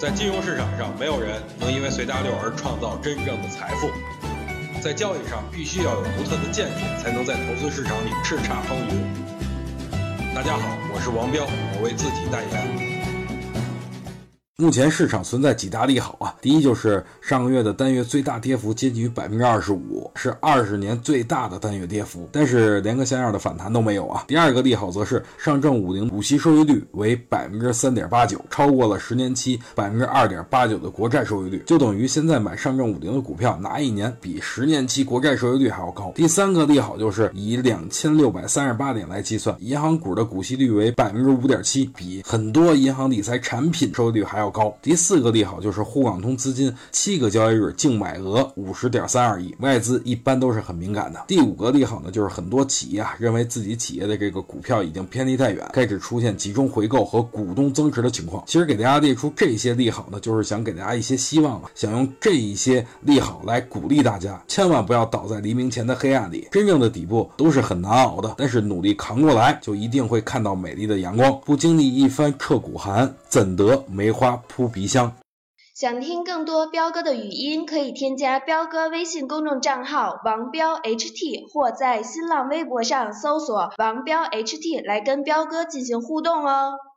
在金融市场上，没有人能因为随大流而创造真正的财富。在交易上，必须要有独特的见解，才能在投资市场里叱咤风云。大家好，我是王彪，我为自己代言。 目前市场存在几大利好啊，第一就是上个月的单月最大跌幅接近于 25%， 是20年最大的单月跌幅，但是连个像样的反弹都没有啊。第二个利好则是上证50股息收益率为 3.89%， 超过了10年期 2.89% 的国债收益率，就等于现在买上证50的股票拿1年比10年期国债收益率还要高。第三个利好就是以2638点来计算，银行股的股息率为 5.7%， 比很多银行理财产品收益率还要高。第四个利好就是沪港通资金7个交易日净买额 50.32亿，外资一般都是很敏感的。第五个利好呢，就是很多企业认为自己企业的这个股票已经偏离太远，开始出现集中回购和股东增持的情况。其实给大家列出这些利好呢，就是想给大家一些希望，想用这一些利好来鼓励大家，千万不要倒在黎明前的黑暗里。真正的底部都是很难熬的，但是努力扛过来，就一定会看到美丽的阳光。不经历一番彻骨寒，怎得梅花扑鼻香。 想听更多彪哥的语音，可以添加彪哥微信公众账号王彪 HT， 或在新浪微博上搜索王彪 HT 来跟彪哥进行互动哦。